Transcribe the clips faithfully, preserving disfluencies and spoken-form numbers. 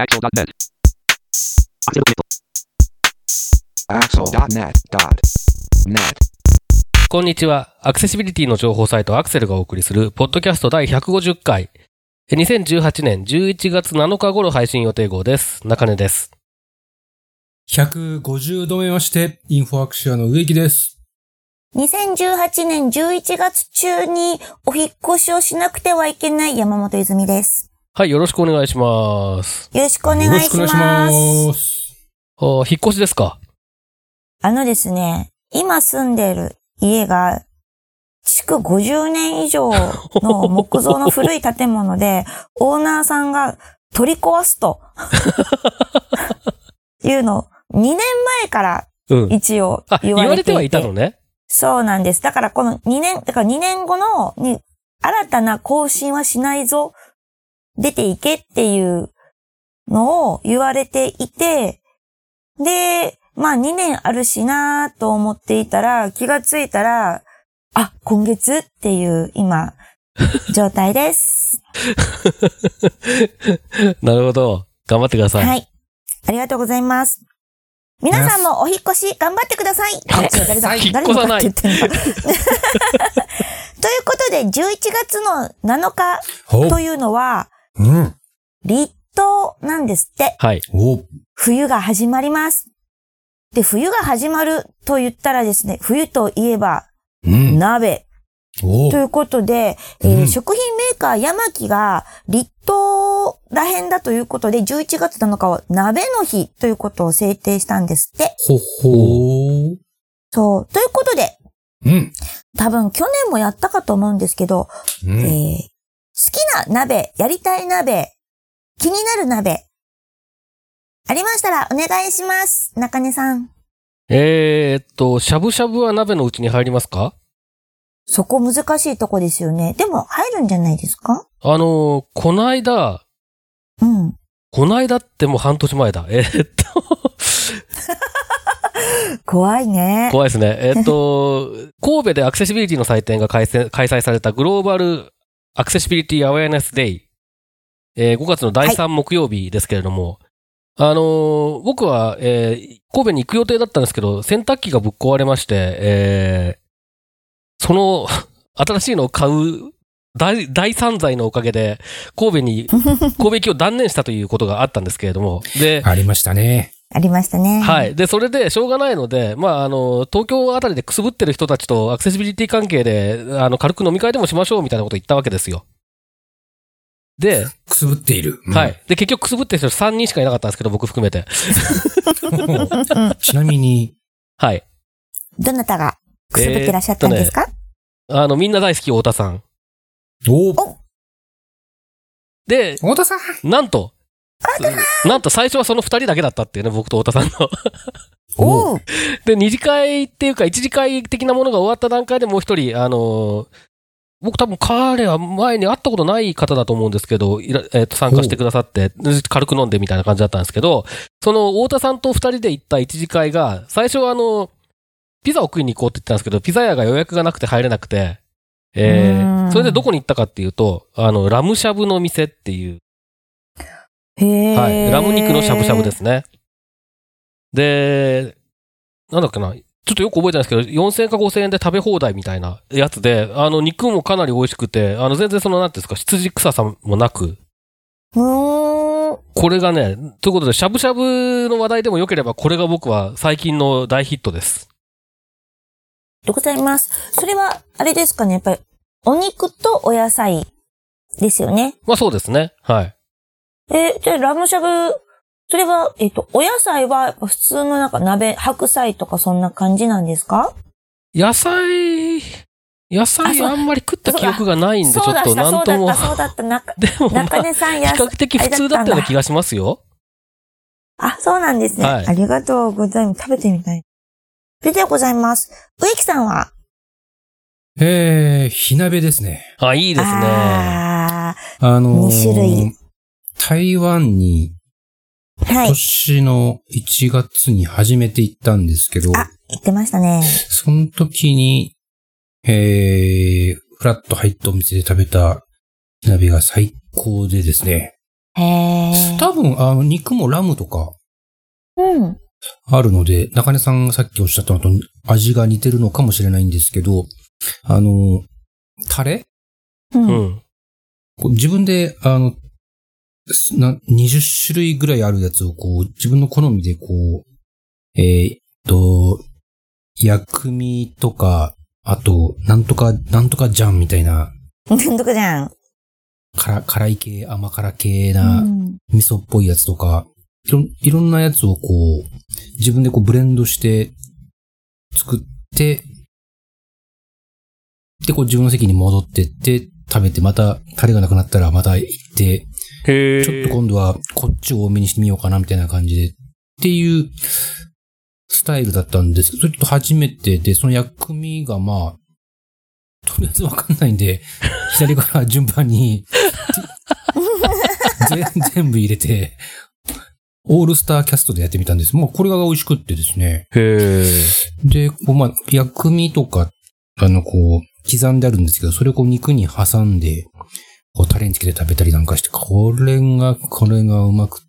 アクセルドットネット。 こんにちは。アクセシビリティの情報サイトアクセルがお送りするポッドキャスト第ひゃくごじゅっかい。にせんじゅうはちねんじゅういちがつなのか頃配信予定号です。中根です。 ひゃくごじゅうどめまして、インフォアクシアの植木です。 にせんじゅうはちねんじゅういちがつ中にお引っ越しをしなくてはいけない山本泉です。 はい、よろしくお願いします。 よろしくお願いします。よろしくお願いします。 あ、引っ越しですか？ あのですね、今住んでいる家が、築ごじゅうねん以上の木造の古い建物で、オーナーさんが取り壊すというのをにねんまえから一応言われていて、うん、あ、言われてはいたのね。そうなんです。だからこのにねん、だからにねんごのに新たな更新はしないぞ、出ていけっていうのを言われていて、で、まあにねんあるしなと思っていたら、気がついたら、あ、今月っていう今、状態です。 なるほど。頑張ってください。 はい。ありがとうございます。皆さんもお引っ越し頑張ってください。 あ、誰だ、引っ越さない。ということで、じゅういちがつのなのかというのは、 うん、 立冬なんですって。 はい。 冬が始まります。で、冬が始まると言ったらですね、冬といえば、うん、鍋。ということで、えーうん、食品メーカーヤマキが立冬らへんだということで、じゅういちがつなのかは鍋の日ということを制定したんですって。 ほほー。 そう。ということで、 うん、 多分去年もやったかと思うんですけど、うん、えー、好きな鍋、やりたい鍋、気になる鍋、ありましたらお願いします。中根さん。 えーっと、しゃぶしゃぶは鍋のうちに入りますか？ そこ難しいとこですよね。でも入るんじゃないですか？ あのー、この間。 うん。 この間ってもう半年前だ。えー、っと。 怖いね。 怖いですね。えー、っと、神戸でアクセシビリティの祭典が開催、開催されたグローバルアクセシビリティアウェアネスデイ。えー、ごがつのだいさん木曜日ですけれども、はい、あのー、僕は、えー、神戸に行く予定だったんですけど、洗濯機がぶっ壊れまして、えー、その、新しいのを買う大、大散財のおかげで、神戸に、神戸行きを断念したということがあったんですけれども。で、 ありましたね。 ありましたね。 はい。で、それでしょうがないので、まあ、あの、東京あたりでくすぶってる人たちとアクセシビリティ関係で、あの、軽く飲み会でもしましょうみたいなことを言ったわけですよ。で、 くすぶっている。 うん、はい。で、結局くすぶってる人さんにんしかいなかったんですけど、僕含めて。 ちなみに。 はい。 どなたがくすぶってらっしゃったんですか？ えー、あの、みんな大好き太田さん。 おお。 で、 太田さんなんと、なんと最初はその二人だけだったっていうね、僕と太田さんの。 おで、二次会っていうか一次会的なものが終わった段階でもう一人、あのー、僕多分彼は前に会ったことない方だと思うんですけど、えー、と参加してくださって、軽く飲んでみたいな感じだったんですけど、その太田さんと二人で行った一次会が、最初はあの、ピザを食いに行こうって言ったんですけど、ピザ屋が予約がなくて入れなくて、えー、それでどこに行ったかっていうと、あの、ラムしゃぶの店っていう。 へー。 はい。ラム肉のしゃぶしゃぶですね。で、なんだっけな。ちょっとよく覚えてないですけど、よんせんえんかごせんえんで食べ放題みたいなやつで、あの、肉もかなり美味しくて、あの、全然その、なんていうんですか、羊臭さもなく。 うーん。 これがね、ということで、しゃぶしゃぶの話題でも良ければ、これが僕は最近の大ヒットです。 でございます。それは、あれですかね、やっぱり、お肉とお野菜ですよね。 まあそうですね。はい。 えー、じゃあ、ラムしゃぶ、それは、えっと、お野菜は普通のなんか鍋、白菜とかそんな感じなんですか？ 野菜、野菜あんまり食った記憶がないんで、ちょっとなんとも。 そうだった、そうだった、 でも、まあ、 中根さん、比較的普通だったような気がしますよ。 あ、そうなんですね。はい、ありがとうございます。食べてみたい。それではございます。植木さんは？ えー、火鍋ですね。 あ、いいですね。 あー、あのー、 に種類。 台湾に、今年のいちがつに初めて行ったんですけど。 あ、行ってましたね。 その時に、えー、フラッと入ったお店で食べた火鍋が最高でですね。 へー。 多分、あの、肉もラムとか、 うん。 あるので、中根さんがさっきおっしゃったのと味が似てるのかもしれないんですけど、あの、タレうん。 自分で、あの、な、にじゅっしゅるいぐらいあるやつをこう、自分の好みでこう、えー、っと、薬味とか、あと、なんとか、なんとかジャンみたいな。 なんとかじゃん。 辛、辛い系、甘辛系な、味噌っぽいやつとか、いろ、いろんなやつをこう、自分でこうブレンドして、作って、で、こう自分の席に戻ってって、食べて、また、タレがなくなったらまた行って、 へちょっと今度はこっちを多めにしてみようかな、みたいな感じで、っていうスタイルだったんですけど、ちょっと初めてで、その薬味がまあ、とりあえずわかんないんで、左から順番に全部入れて、オールスターキャストでやってみたんです。まあ、これが美味しくってですね。 へー。 で、こうまあ、薬味とか、あの、こう、刻んであるんですけど、それをこう肉に挟んで、こうタレにつけて食べたりなんかして、これが、これがうまくって、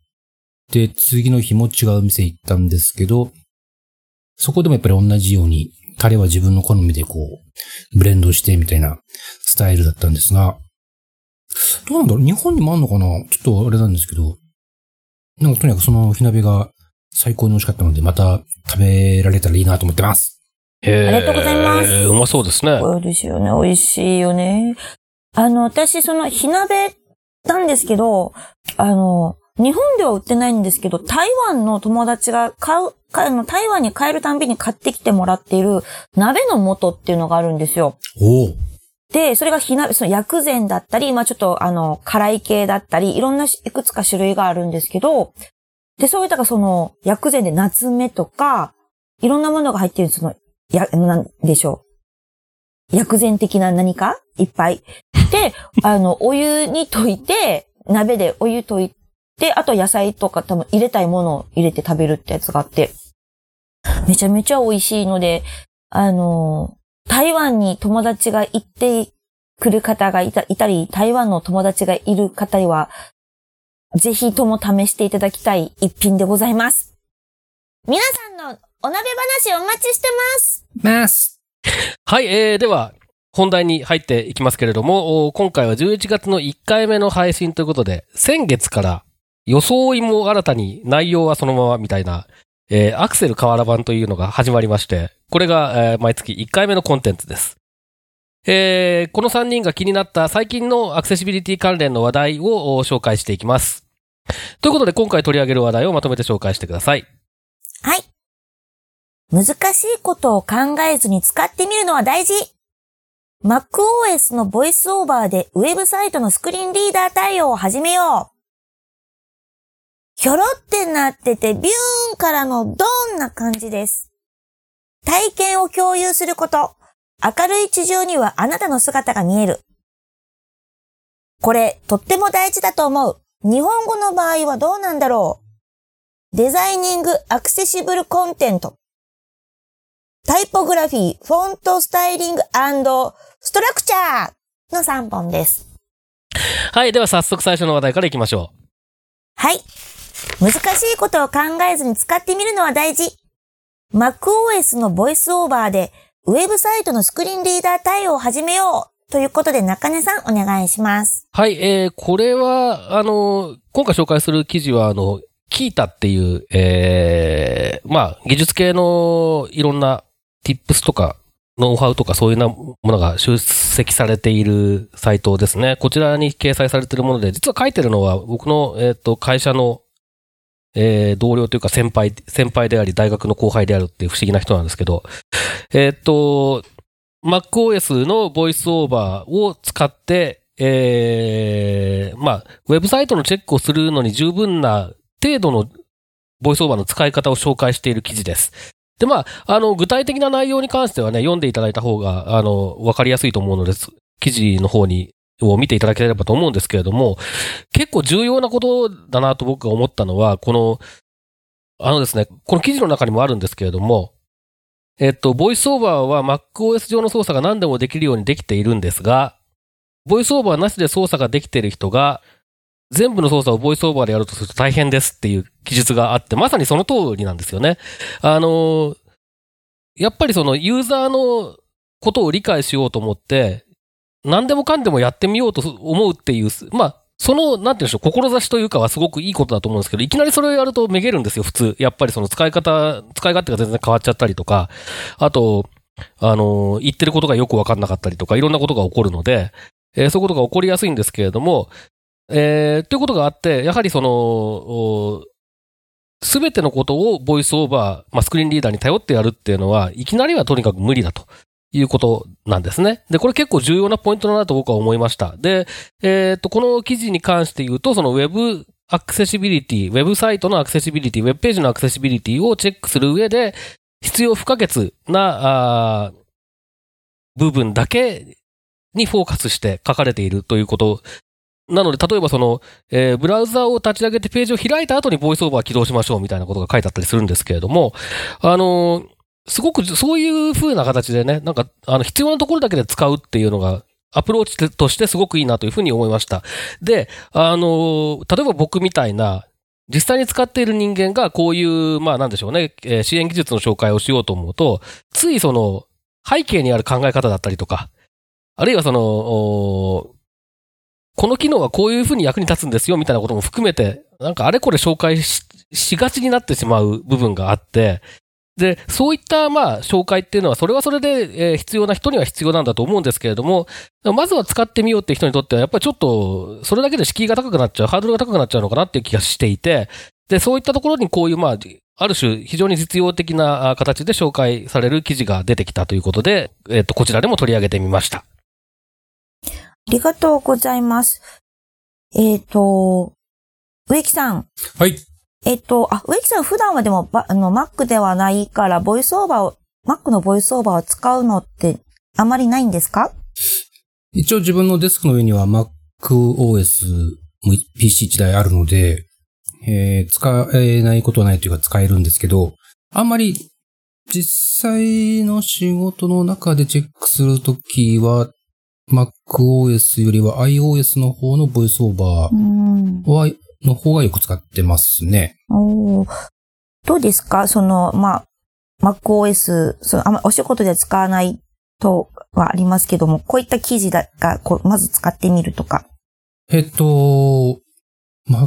次の日も違う店行ったんですけど、そこでもやっぱり同じように、タレは自分の好みでこう、ブレンドしてみたいなスタイルだったんですが、どうなんだろう、日本にもあんのかな、ちょっとあれなんですけど、なんかとにかくその火鍋が最高に美味しかったので、また食べられたらいいなと思ってます。 へー。 ありがとうございます。 うまそうですね。 そうですよね。美味しいよね。あの、私、その火鍋なんですけど、あの、日本では売ってないんですけど、台湾の友達が買う、あの、台湾に帰るたんびに買ってきてもらっている鍋の素っていうのがあるんですよ。 おー。 で、それが火鍋、その薬膳だったり、まあちょっとあの、辛い系だったり、いろんないくつか種類があるんですけど、で、そういったかその、薬膳で夏目とか、いろんなものが入っている、その、や、なんでしょう。薬膳的な何かいっぱい。で、あの、お湯に溶いて、鍋でお湯溶いて、あと野菜とか多分入れたいものを入れて食べるってやつがあって、めちゃめちゃ美味しいので、あの、台湾に友達が行ってくる方がいた、いたり、台湾の友達がいる方には、ぜひとも試していただきたい一品でございます。皆さんのお鍋話お待ちしてます。 ます。 はい、えー、では、本題に入っていきますけれども、今回はじゅういちがつのいっかいめの配信ということで、先月から装いも新たに内容はそのままみたいな、えー、アクセル河原版というのが始まりまして、これが、えー、毎月いっかいめのコンテンツです。えー、このさんにんが気になった最近のアクセシビリティ関連の話題を紹介していきます。ということで今回取り上げる話題をまとめて紹介してください。 はい。難しいことを考えずに使ってみるのは大事。MacOS のボイスオーバーでウェブサイトのスクリーンリーダー対応を始めよう。ひょろってなっててビューンからのドーンな感じです。体験を共有すること。明るい地上にはあなたの姿が見える。これ、とっても大事だと思う。日本語の場合はどうなんだろう。デザイニングアクセシブルコンテント。タイポグラフィー、フォントスタイリング&ストラクチャーのさんぼんです。 はい、では早速最初の話題からいきましょう。 はい。難しいことを考えずに使ってみるのは大事。MacOS のボイスオーバーでウェブサイトのスクリーンリーダー対応を始めようということで中根さんお願いします。 はい、えー、これは、あの、今回紹介する記事は、あの、キータっていう、えー、まあ、技術系のいろんな tips とか、ノウハウとかそういうなものが集積されているサイトですね。こちらに掲載されているもので、実は書いてるのは僕の、えっと、会社の、えー、同僚というか先輩、先輩であり大学の後輩であるっていう不思議な人なんですけど、えっと、MacOS のボイスオーバーを使って、えー、まあ、ウェブサイトのチェックをするのに十分な程度のボイスオーバーの使い方を紹介している記事です。で、まあ、あの、具体的な内容に関してはね、読んでいただいた方が、あの、わかりやすいと思うのです。記事の方に、を見ていただければと思うんですけれども、結構重要なことだなと僕が思ったのは、この、あのですね、この記事の中にもあるんですけれども、えっと、ボイスオーバーは MacOS 上の操作が何でもできるようにできているんですが、ボイスオーバーなしで操作ができている人が、 全部の操作をボイスオーバーでやるとすると大変ですっていう記述があって、まさにその通りなんですよね。あの、やっぱりそのユーザーのことを理解しようと思って、何でもかんでもやってみようと思うっていう、まあ、その、なんて言うんでしょう、志というかはすごくいいことだと思うんですけど、いきなりそれをやるとめげるんですよ、普通。やっぱりその使い方、使い勝手が全然変わっちゃったりとか、あと、あの、言ってることがよくわかんなかったりとか、いろんなことが起こるので、えー、そういうことが起こりやすいんですけれども、えー、ということがあって、やはりその、すべてのことをボイスオーバー、まあ、スクリーンリーダーに頼ってやるっていうのは、いきなりはとにかく無理だということなんですね。で、これ結構重要なポイントだなと僕は思いました。で、えっと、この記事に関して言うと、そのウェブアクセシビリティ、ウェブサイトのアクセシビリティ、ウェブページのアクセシビリティをチェックする上で、必要不可欠な、あ部分だけにフォーカスして書かれているということなので、例えばその、えー、ブラウザを立ち上げてページを開いた後にボイスオーバー起動しましょうみたいなことが書いてあったりするんですけれども、あのー、すごくそういう風な形でね、なんか、あの、必要なところだけで使うっていうのが、アプローチとしてすごくいいなというふうに思いました。で、あのー、例えば僕みたいな、実際に使っている人間がこういう、まあなんでしょうね、えー、支援技術の紹介をしようと思うと、ついその、背景にある考え方だったりとか、あるいはその、この機能はこういう風に役に立つんですよみたいなことも含めて、なんかあれこれ紹介 し, しがちになってしまう部分があって、で、そういったまあ紹介っていうのは、それはそれで、えー、必要な人には必要なんだと思うんですけれども、まずは使ってみようっていう人にとっては、やっぱりちょっと、それだけで敷居が高くなっちゃう、ハードルが高くなっちゃうのかなっていう気がしていて、で、そういったところにこういうまあ、ある種非常に実用的な形で紹介される記事が出てきたということで、えっと、こちらでも取り上げてみました。 ありがとうございます。えっと、植木さん。 はい。 えっと、あ、植木さん普段はでも、あの、Mac ではないから、ボイスオーバーを、Mac のボイスオーバーを使うのってあまりないんですか？ 一応自分のデスクの上には MacOS ピーシーいち 台あるので、えー、使えないことはないというか使えるんですけど、あんまり実際の仕事の中でチェックするときは、MacOS よりは iOS の方のボイスオーバーは、の方がよく使ってますね。 おどうですかその、まあ、MacOS、その、あんまお仕事で使わないとはありますけども、こういった記事だが、こう、まず使ってみるとか。 えっと、Mac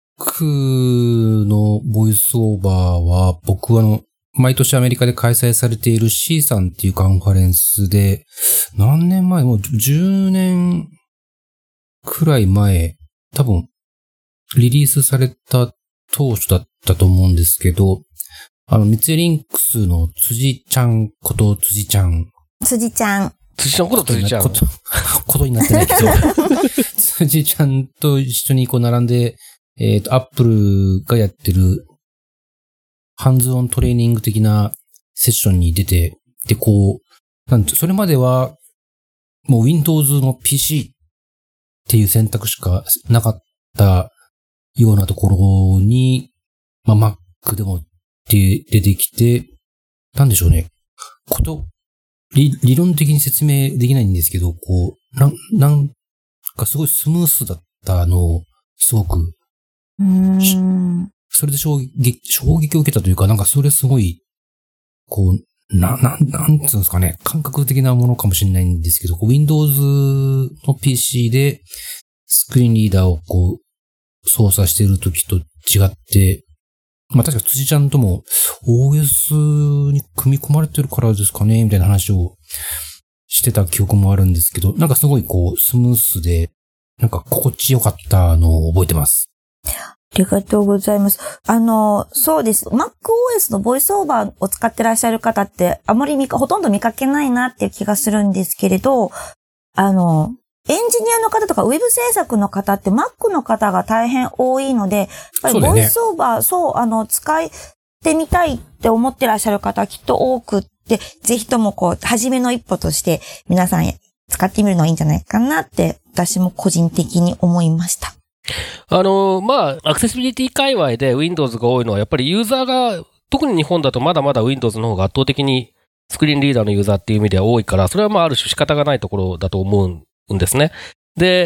のボイスオーバーは、僕はあの、毎年アメリカで開催されている C さんっていうカンファレンスで、何年前もうじゅうねんくらい前、多分、リリースされた当初だったと思うんですけど、あの、三井リンクスの辻ちゃんこと辻ちゃん。 辻ちゃん。 辻ちゃんこと辻ちゃん。 こと、ことになってないけど、辻ちゃんと一緒にこう並んで、えっと、アップルがやってる、ハンズオントレーニング的なセッションに出て、で、こう、なんて、それまでは、もう Windows の ピーシー っていう選択しかなかったようなところに、まあ Mac でも出てきて、なんでしょうね。こと、理、理論的に説明できないんですけど、こう、なん、なんかすごいスムースだったのを、すごく、 うーんそれで衝撃、衝撃を受けたというか、なんかそれすごい、こう、な、な、なんつうんですかね、感覚的なものかもしれないんですけど、Windows の ピーシー でスクリーンリーダーをこう、操作しているときと違って、まあ確か辻ちゃんとも オーエス に組み込まれてるからですかね、みたいな話をしてた記憶もあるんですけど、なんかすごいこう、スムースで、なんか心地よかったのを覚えてます。 ありがとうございます。あの、そうです。MacOS のボイスオーバーを使ってらっしゃる方って、あまり見か、ほとんど見かけないなっていう気がするんですけれど、あの、エンジニアの方とかウェブ制作の方って Mac の方が大変多いので、やっぱりボイスオーバー、そう、あの、使ってみたいって思ってらっしゃる方はきっと多くって、ぜひともこう、初めの一歩として皆さん使ってみるのがいいんじゃないかなって、私も個人的に思いました。 あの、まあ、アクセシビリティ界隈で Windows が多いのは、やっぱりユーザーが、特に日本だとまだまだ Windows の方が圧倒的にスクリーンリーダーのユーザーっていう意味では多いから、それはまあ、ある種仕方がないところだと思うんですね。で、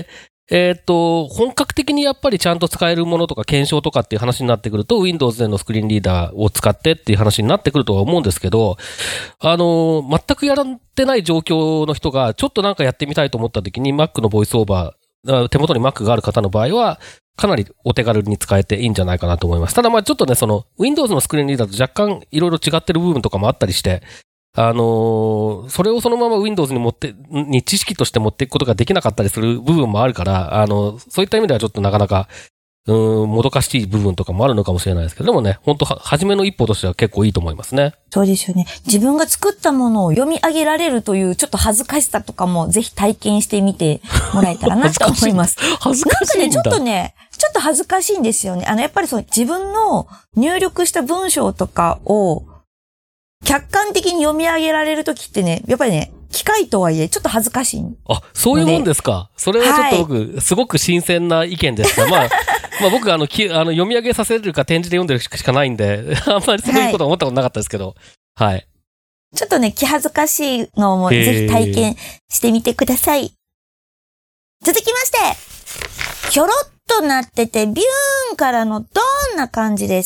えっと、本格的にやっぱりちゃんと使えるものとか検証とかっていう話になってくると、Windows でのスクリーンリーダーを使ってっていう話になってくるとは思うんですけど、あの、全くやらってない状況の人が、ちょっとなんかやってみたいと思った時に Mac のボイスオーバー、手元に Mac がある方の場合は、かなりお手軽に使えていいんじゃないかなと思います。ただまあちょっとね、その Windows のスクリーンリーダーと若干いろいろ違ってる部分とかもあったりして、あのー、それをそのまま Windows に持って、に知識として持っていくことができなかったりする部分もあるから、あの、そういった意味ではちょっとなかなか、うーん、もどかしい部分とかもあるのかもしれないですけど、でもね、本当は、初めの一歩としては結構いいと思いますね。 そうですよね。自分が作ったものを読み上げられるというちょっと恥ずかしさとかもぜひ体験してみてもらえたらなと思います。 恥ずかしいんだ。 なんかね、ちょっとね、ちょっと恥ずかしいんですよね。あの、やっぱりそう、自分の入力した文章とかを、客観的に読み上げられるときってね、やっぱりね、機械とはいえ、ちょっと恥ずかしい。 あ、そういうもんですか。それはちょっと僕、はい、すごく新鮮な意見ですが、まあ、まあ僕、あの、きあの読み上げさせるか展示で読んでるしかないんで、あんまりそういうことは思ったことなかったですけど、はい。はい、 ちょっとね、気恥ずかしいのもぜひ体験してみてください。続きまして、ひょろっとなってて、ビューンからのどんな感じです。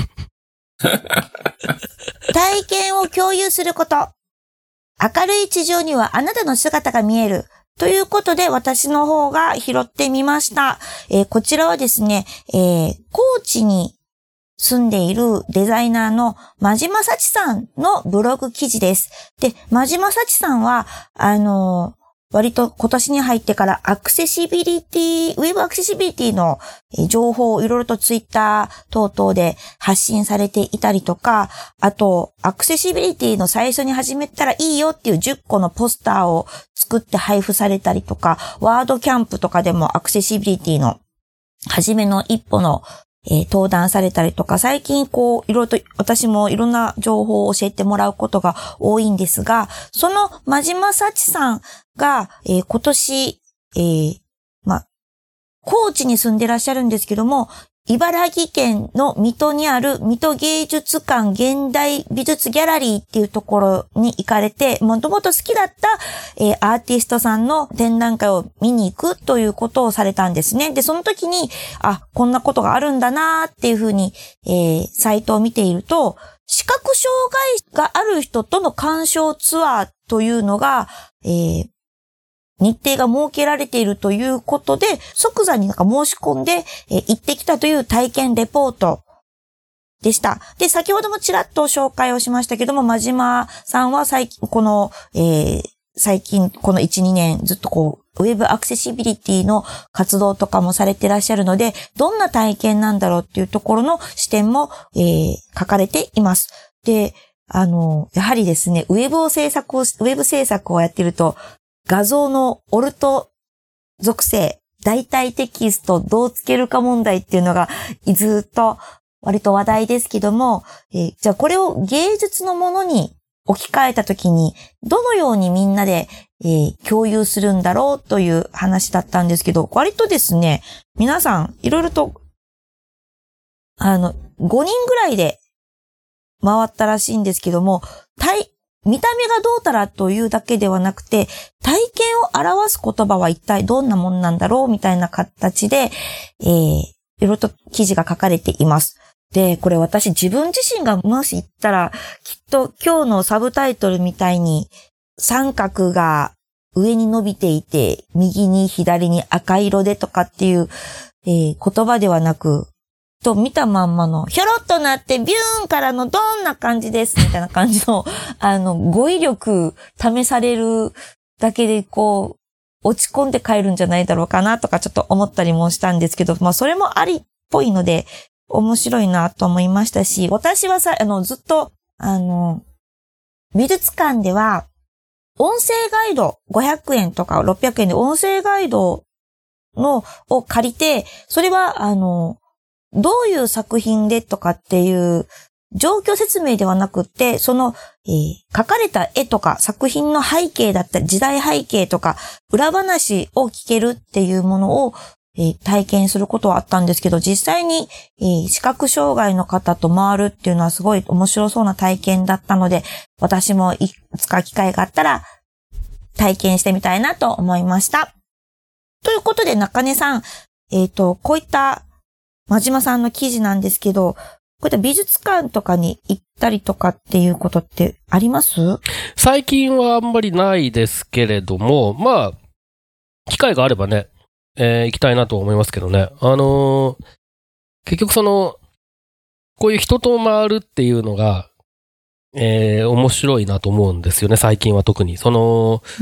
体験を共有すること。明るい地上にはあなたの姿が見える。ということで私の方が拾ってみました。えー、こちらはですね、えー、高知に住んでいるデザイナーの真島幸さんのブログ記事です。で、真島幸さんは、あのー、割と今年に入ってからアクセシビリティ、ウェブアクセシビリティの情報をいろいろとツイッター等々で発信されていたりとか、あとアクセシビリティの最初に始めたらいいよっていうじゅっこのポスターを作って配布されたりとか、ワードキャンプとかでもアクセシビリティの初めの一歩のえー、登壇されたりとか、最近こう、いろいろと私もいろんな情報を教えてもらうことが多いんですが、その真島幸さんが、えー、今年、えー、ま、高知に住んでらっしゃるんですけども、茨城県の水戸にある水戸芸術館現代美術ギャラリーっていうところに行かれて、もともと好きだった、えー、アーティストさんの展覧会を見に行くということをされたんですね。で、その時に、あ、こんなことがあるんだなーっていうふうに、えー、サイトを見ている即、視覚障害がある人との鑑賞ツアーというのが、えー日程が設けられているということで、即座になんか申し込んで、えー、行ってきたという体験レポートでした。で、先ほどもちらっと紹介をしましたけども、真島さんは最近、この、えー、最近、このいち、にねんずっとこう、ウェブアクセシビリティの活動とかもされていらっしゃるので、どんな体験なんだろうっていうところの視点も、えー、書かれています。で、あの、やはりですね、ウェブを制作を、ウェブ制作をやっていると、画像のオルト属性、代替テキストどうつけるか問題っていうのがずっと割と話題ですけども、えー、じゃあこれを芸術のものに置き換えたときにどのようにみんなで、えー、共有するんだろうという話だったんですけど、割とですね、皆さんいろいろとあのごにんぐらいで回ったらしいんですけども、対見た目がどうたらというだけではなくて、体験を表す言葉は一体どんなもんなんだろうみたいな形で、えー、いろいろと記事が書かれています。で、これ私自分自身がもし言ったら、きっと今日のサブタイトルみたいに三角が上に伸びていて、右に左に赤色でとかっていう、えー、言葉ではなく、と見たまんまのひょろっとなってビューンからのどんな感じですみたいな感じのあの語彙力試されるだけでこう落ち込んで帰るんじゃないだろうかなとかちょっと思ったりもしたんですけど、まあそれもありっぽいので面白いなと思いましたし、私はさあのずっとあの美術館では音声ガイドごひゃくえんとかろっぴゃくえんで音声ガイドのを借りて、それはあのどういう作品でとかっていう状況説明ではなくって、その、えー、描かれた絵とか作品の背景だったり時代背景とか裏話を聞けるっていうものを、えー、体験することはあったんですけど、実際に、えー、視覚障害の方と回るっていうのはすごい面白そうな体験だったので、私もいつか機会があったら体験してみたいなと思いました。 ということで、中根さん、えっと、こういった真島さんの記事なんですけど、こういった美術館とかに行ったりとかっていうことってあります？ 最近はあんまりないですけれども、まあ、機会があればね、えー、行きたいなと思いますけどね。あのー、結局その、こういう人と回るっていうのが、えー、面白いなと思うんですよね、最近は特に。その、うん、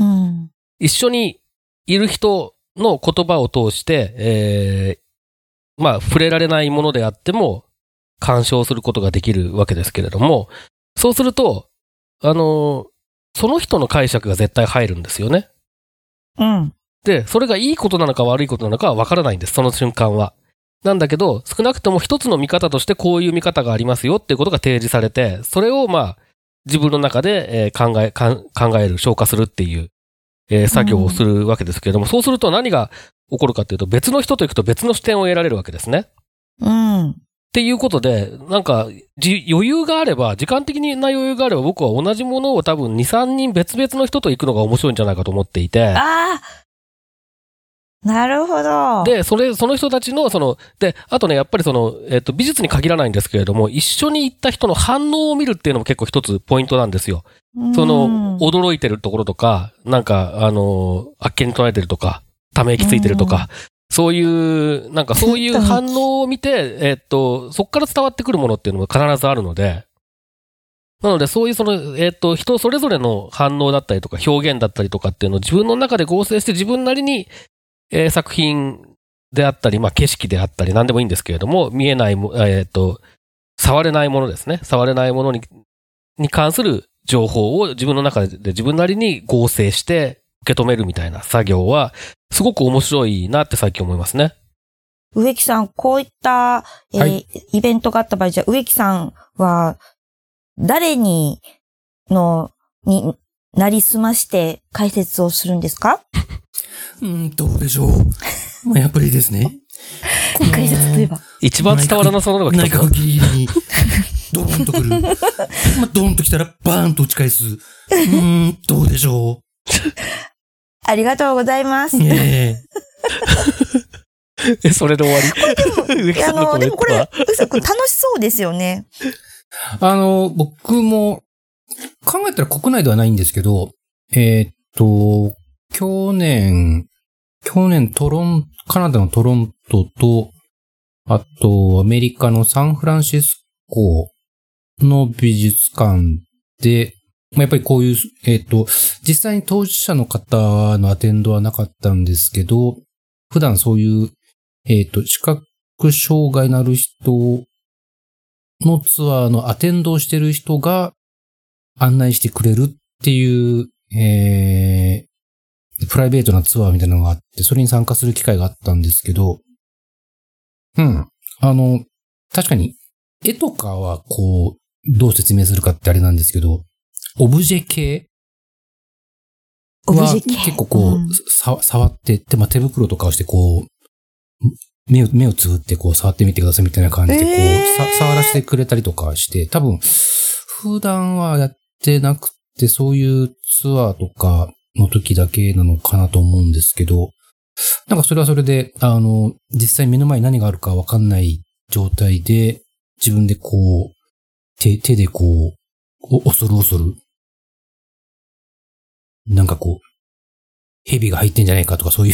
一緒にいる人の言葉を通して、えー、まあ、触れられないものであっても、鑑賞することができるわけですけれども、そうすると、あの、その人の解釈が絶対入るんですよね。 うん。 で、それがいいことなのか悪いことなのかは分からないんです、その瞬間は。なんだけど、少なくとも一つの見方としてこういう見方がありますよっていうことが提示されて、それをまあ、自分の中で、えー、考え、考える、消化するっていう、えー、作業をするわけですけれども、うん、そうすると何が起こるかっていうと、別の人と行くと別の視点を得られるわけですね。 うん。 っていうことで、なんか、じ、余裕があれば、時間的な余裕があれば、僕は同じものを多分に、さんにん別々の人と行くのが面白いんじゃないかと思っていて。 ああなるほど。 で、それ、その人たちの、その、で、あとね、やっぱりその、えっと、美術に限らないんですけれども、一緒に行った人の反応を見るっていうのも結構一つポイントなんですよ。その、驚いてるところとか、なんか、あの、あっけに捉えてるとか、ため息ついてるとか、そういう、なんかそういう反応を見て、えっと、そこから伝わってくるものっていうのも必ずあるので、なのでそういうその、えっと、人それぞれの反応だったりとか表現だったりとかっていうのを自分の中で合成して自分なりに、えー、作品であったり、まあ景色であったり何でもいいんですけれども、見えないも、えっと、触れないものですね。触れないものに、に関する情報を自分の中で自分なりに合成して受け止めるみたいな作業は、すごく面白いなって最近思いますね。 植木さん、こういった、えーはい、イベントがあった場合、じゃあ植木さんは、誰に、の、に、なりすまして解説をするんですか？ うん、どうでしょう。まあ、やっぱりですね。 解説といえば。 一番伝わらなそうなのが来た。 内閣ギリに、ドーンと来る。まあ、ドーンと来たら、バーンと打ち返す。うーん、どうでしょう。 ありがとうございます。 ええ、それで終わり？ あの、でもこれ、植木君楽しそうですよね。 あの、僕も、考えたら国内ではないんですけど、えー、っと、去年、去年トロン、カナダのトロントと、あと、アメリカのサンフランシスコの美術館で、やっぱりこういう、えっと、実際に当事者の方のアテンドはなかったんですけど、普段そういう、えっと、視覚障害のある人のツアーのアテンドをしてる人が案内してくれるっていう、えー、プライベートなツアーみたいなのがあって、それに参加する機会があったんですけど、うん。あの、確かに、絵とかはこう、どう説明するかってあれなんですけど、オブジェ系は結構こう、うん、さ触ってって、まあ、手袋とかをしてこう、目を、目をつぶってこう触ってみてくださいみたいな感じでこう、えー、さ触らせてくれたりとかして、多分、普段はやってなくて、そういうツアーとかの時だけなのかなと思うんですけど、なんかそれはそれで、あの、実際目の前に何があるかわかんない状態で、自分でこう、手、手でこう、お恐る恐る、なんかこう、蛇が入ってんじゃないかとかそういう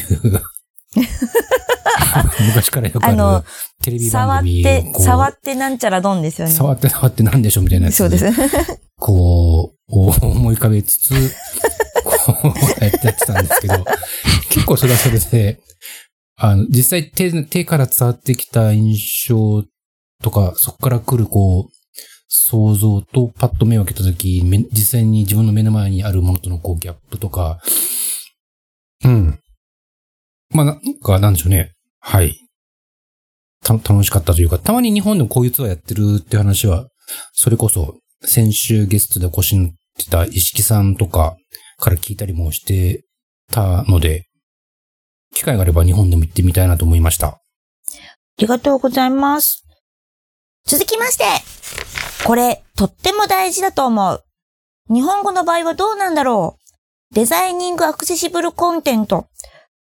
昔からよくあるあテレビ番組を触って、触ってなんちゃらドンですよね。 触って触ってなんでしょみたいなやつ。 そうです。 こう、思い浮かべつつ、こうやってやってたんですけど、結構それはそれで、あの、実際手、手から伝わってきた印象とか、そこから来るこう、想像とパッと目を開けたとき、実際に自分の目の前にあるものとのこうギャップとか、うん。まあ、なんか、なんでしょうね。はい。た、楽しかったというか、たまに日本でもこういうツアーやってるって話は、それこそ、先週ゲストでお越しになってた石木さんとかから聞いたりもしてたので、機会があれば日本でも行ってみたいなと思いました。ありがとうございます。続きまして、これ、とっても大事だと思う。日本語の場合はどうなんだろう。デザイニングアクセシブルコンテント。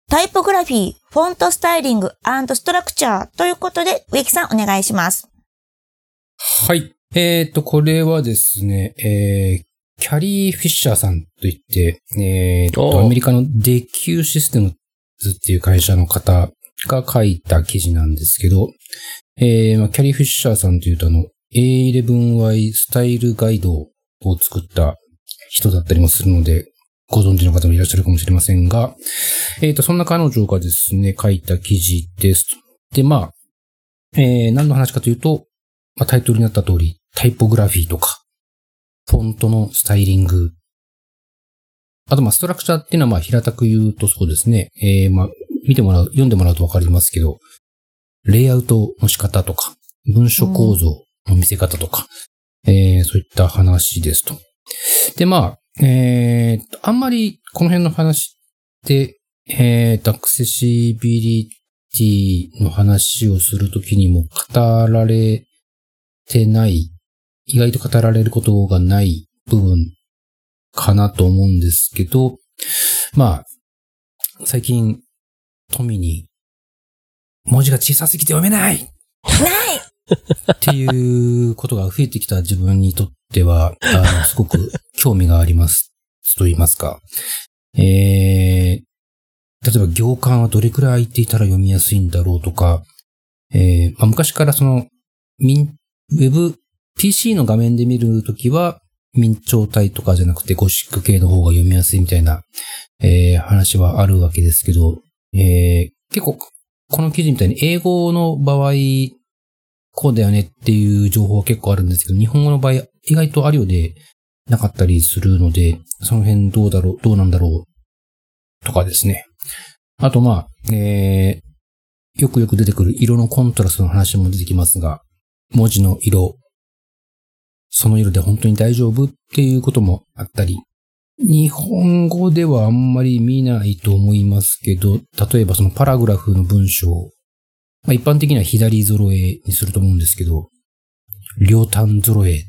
タイポグラフィー、フォントスタイリング&ストラクチャーということで、植木さんお願いします。 はい。えっと、これはですね、えー、キャリー・フィッシャーさんといって、えーと、アメリカのデキューシステムズっていう会社の方が書いた記事なんですけど、えーまあ、キャリー・フィッシャーさんというとあの、エーイレブンワイ スタイルガイドを作った人だったりもするので、ご存知の方もいらっしゃるかもしれませんが、えっと、そんな彼女がですね、書いた記事です。で、まあ、えー、何の話かというと、まあ、タイトルになった通り、タイポグラフィーとか、フォントのスタイリング。あと、まあ、ストラクチャーっていうのは、まあ、平たく言うとそうですね。えー、まあ、見てもらう、読んでもらうとわかりますけど、レイアウトの仕方とか、文書構造の見せ方とか、うん、えー、そういった話ですと。で、まあ、えー、あんまりこの辺の話って、えー、アクセシビリティの話をするときにも語られてない、意外と語られることがない部分かなと思うんですけど、まあ、最近、富に、文字が小さすぎて読めないないっていうことが増えてきた自分にとっては、あの、すごく興味がありますと言いますか。えー、例えば行間はどれくらい空いていたら読みやすいんだろうとか、えーまあ、昔からその、ミン、ウェブ、ピーシー の画面で見るときは、明朝体とかじゃなくてゴシック系の方が読みやすいみたいな、えー、話はあるわけですけど、えー、結構、この記事みたいに英語の場合、こうだよねっていう情報は結構あるんですけど、日本語の場合意外とあるようでなかったりするので、その辺どうだろう、どうなんだろうとかですね。あとまあ、えー、よくよく出てくる色のコントラストの話も出てきますが、文字の色、その色で本当に大丈夫っていうこともあったり、日本語ではあんまり見ないと思いますけど、例えばそのパラグラフの文章、まあ、一般的には左揃えにすると思うんですけど、両端揃え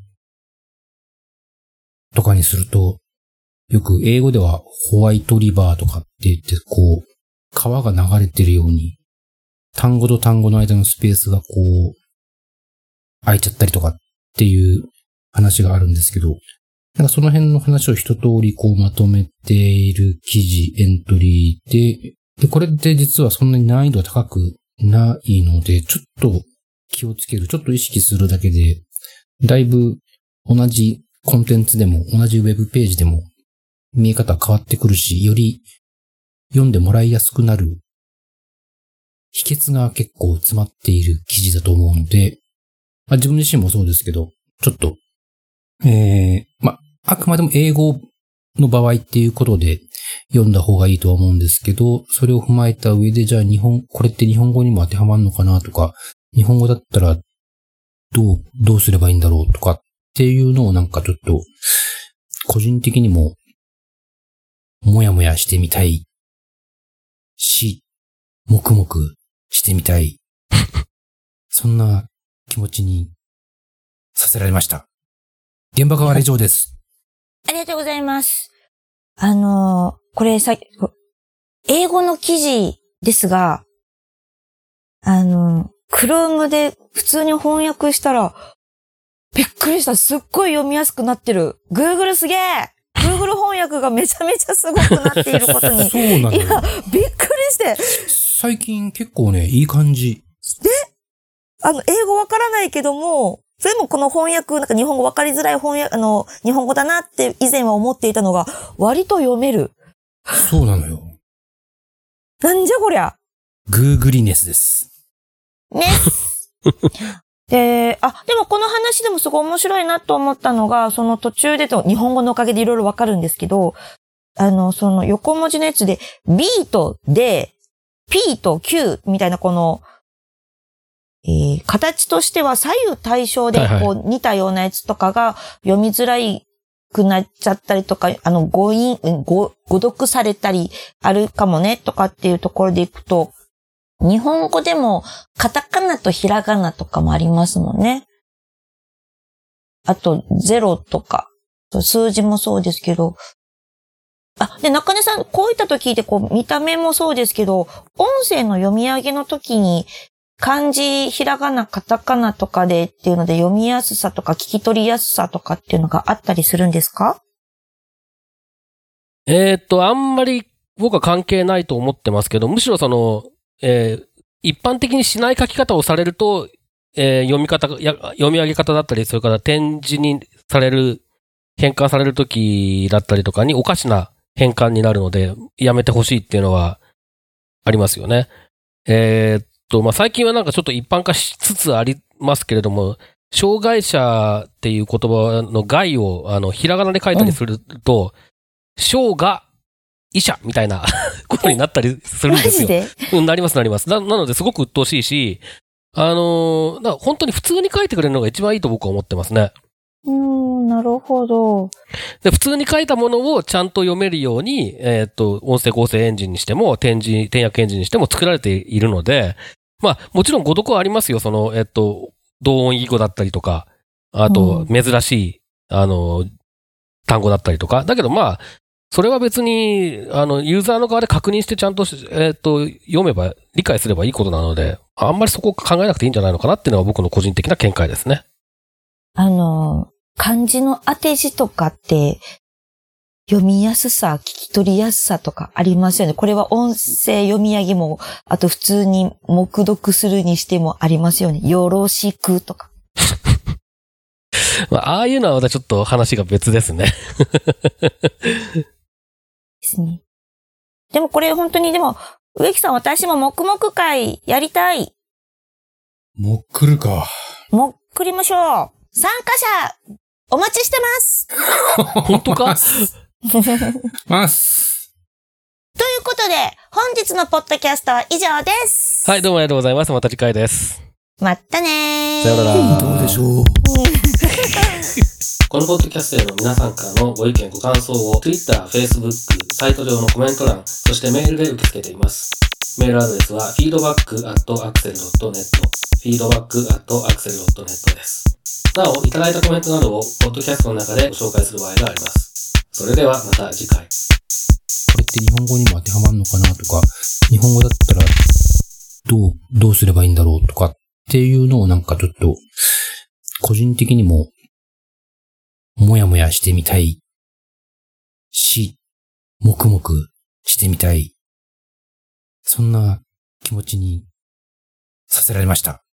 とかにすると、よく英語ではホワイトリバーとかって言って、こう、川が流れてるように、単語と単語の間のスペースがこう、空いちゃったりとかっていう話があるんですけど、なんかその辺の話を一通りこうまとめている記事、エントリーで、で、これって実はそんなに難易度が高くないので、ちょっと気をつける、ちょっと意識するだけで、だいぶ同じコンテンツでも、同じウェブページでも見え方変わってくるし、より読んでもらいやすくなる秘訣が結構詰まっている記事だと思うので、まあ、自分自身もそうですけど、ちょっと、えー、まあ、あくまでも英語の場合っていうことで読んだ方がいいとは思うんですけど、それを踏まえた上で、じゃあ日本、これって日本語にも当てはまるのかなとか、日本語だったらどう、どうすればいいんだろうとかっていうのをなんかちょっと、個人的にも、もやもやしてみたいし、黙々してみたい。そんな気持ちにさせられました。現場側は以上です。 ありがとうございます。あのー、これさ、英語の記事ですが、あのー、Chrome で普通に翻訳したら、びっくりした。すっごい読みやすくなってる。Google すげえ !Google 翻訳がめちゃめちゃすごくなっていることに。 そうなの。 いや、びっくりして。 最近結構ね、いい感じ。 で、あの、英語わからないけども、それもこの翻訳、なんか日本語わかりづらい翻訳、あの、日本語だなって以前は思っていたのが、割と読める。 そうなのよ。 なんじゃこりゃ。 グーグリネスです。 ね。で、あ、でもこの話でもすごい面白いなと思ったのが、その途中でと日本語のおかげでいろいろわかるんですけど、あの、その横文字のやつで B と D、P と Q みたいなこの、えー、形としては左右対称でこう似たようなやつとかが読みづらいくなっちゃったりとか、あの誤音、誤、誤読されたりあるかもねとかっていうところでいくと、日本語でもカタカナとひらがなとかもありますもんね。あとゼロとか、数字もそうですけど、 あ、で、中根さん、こういった時ってこう、見た目もそうですけど、音声の読み上げの時に、漢字、ひらがな、カタカナとかでっていうので読みやすさとか聞き取りやすさとかっていうのがあったりするんですか？ えーっと、あんまり僕は関係ないと思ってますけど、むしろその、えー、一般的にしない書き方をされると、えー、読み方や、読み上げ方だったり、それから点字にされる、変換されるときだったりとかにおかしな変換になるので、やめてほしいっていうのはありますよね。えー、っと、まあ、最近はなんかちょっと一般化しつつありますけれども、障害者っていう言葉の害を、あの、ひらがなで書いたりすると、障が医者みたいなことになったりするんですよ。 マジで？ うん、なりますなります。な、なのですごく鬱陶しいし、あのー、だ本当に普通に書いてくれるのが一番いいと僕は思ってますね。 うーん、なるほど。 で、普通に書いたものをちゃんと読めるように、えーっと、音声合成エンジンにしても、点字、転訳エンジンにしても作られているので、まあ、もちろん誤読はありますよ。その、えーっと、同音異義語だったりとか、あと、珍しい、あの、単語だったりとか。だけどまあ、それは別に、あの、ユーザーの側で確認してちゃんと、えーっと、読めば、理解すればいいことなので、あんまりそこを考えなくていいんじゃないのかなっていうのが僕の個人的な見解ですね。 あの、漢字の当て字とかって、読みやすさ、聞き取りやすさとかありますよね。これは音声読み上げも、あと普通に黙読するにしてもありますよね。よろしくとか。 まあ、ああいうのはまたちょっと話が別ですね。 ですね。でもこれ本当にでも、植木さん私も黙々会やりたい。 もっくるか。 もっくりましょう。参加者、お待ちしてます。 本当か？ ます。 ということで、本日のポッドキャストは以上です。 はい、どうもありがとうございます。また次回です。 まったねー。 さよなら。 どうでしょう。 このポッドキャストへの皆さんからのご意見ご感想を Twitter、Facebook、サイト上のコメント欄、そしてメールで受け付けています。メールアドレスは フィードバックアットアクセルドットネット フィードバックアットアクセルドットネット です。なお、いただいたコメントなどをポッドキャストの中でご紹介する場合があります。それではまた次回。これって日本語にも当てはまるのかなとか、日本語だったらどう、どうすればいいんだろうとかっていうのをなんかちょっと、個人的にも、もやもやしてみたいし、黙々してみたい。そんな気持ちにさせられました。